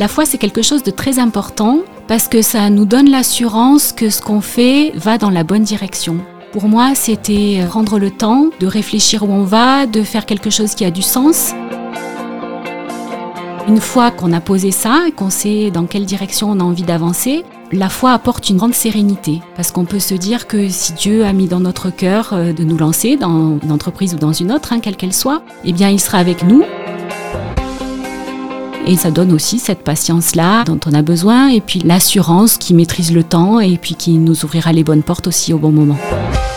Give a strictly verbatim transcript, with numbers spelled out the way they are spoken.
La foi, c'est quelque chose de très important parce que ça nous donne l'assurance que ce qu'on fait va dans la bonne direction. Pour moi, c'était prendre le temps de réfléchir où on va, de faire quelque chose qui a du sens. Une fois qu'on a posé ça et qu'on sait dans quelle direction on a envie d'avancer, la foi apporte une grande sérénité parce qu'on peut se dire que si Dieu a mis dans notre cœur de nous lancer dans une entreprise ou dans une autre, hein, quelle qu'elle soit, eh bien, il sera avec nous. Et ça donne aussi cette patience-là dont on a besoin et puis l'assurance qui maîtrise le temps et puis qui nous ouvrira les bonnes portes aussi au bon moment.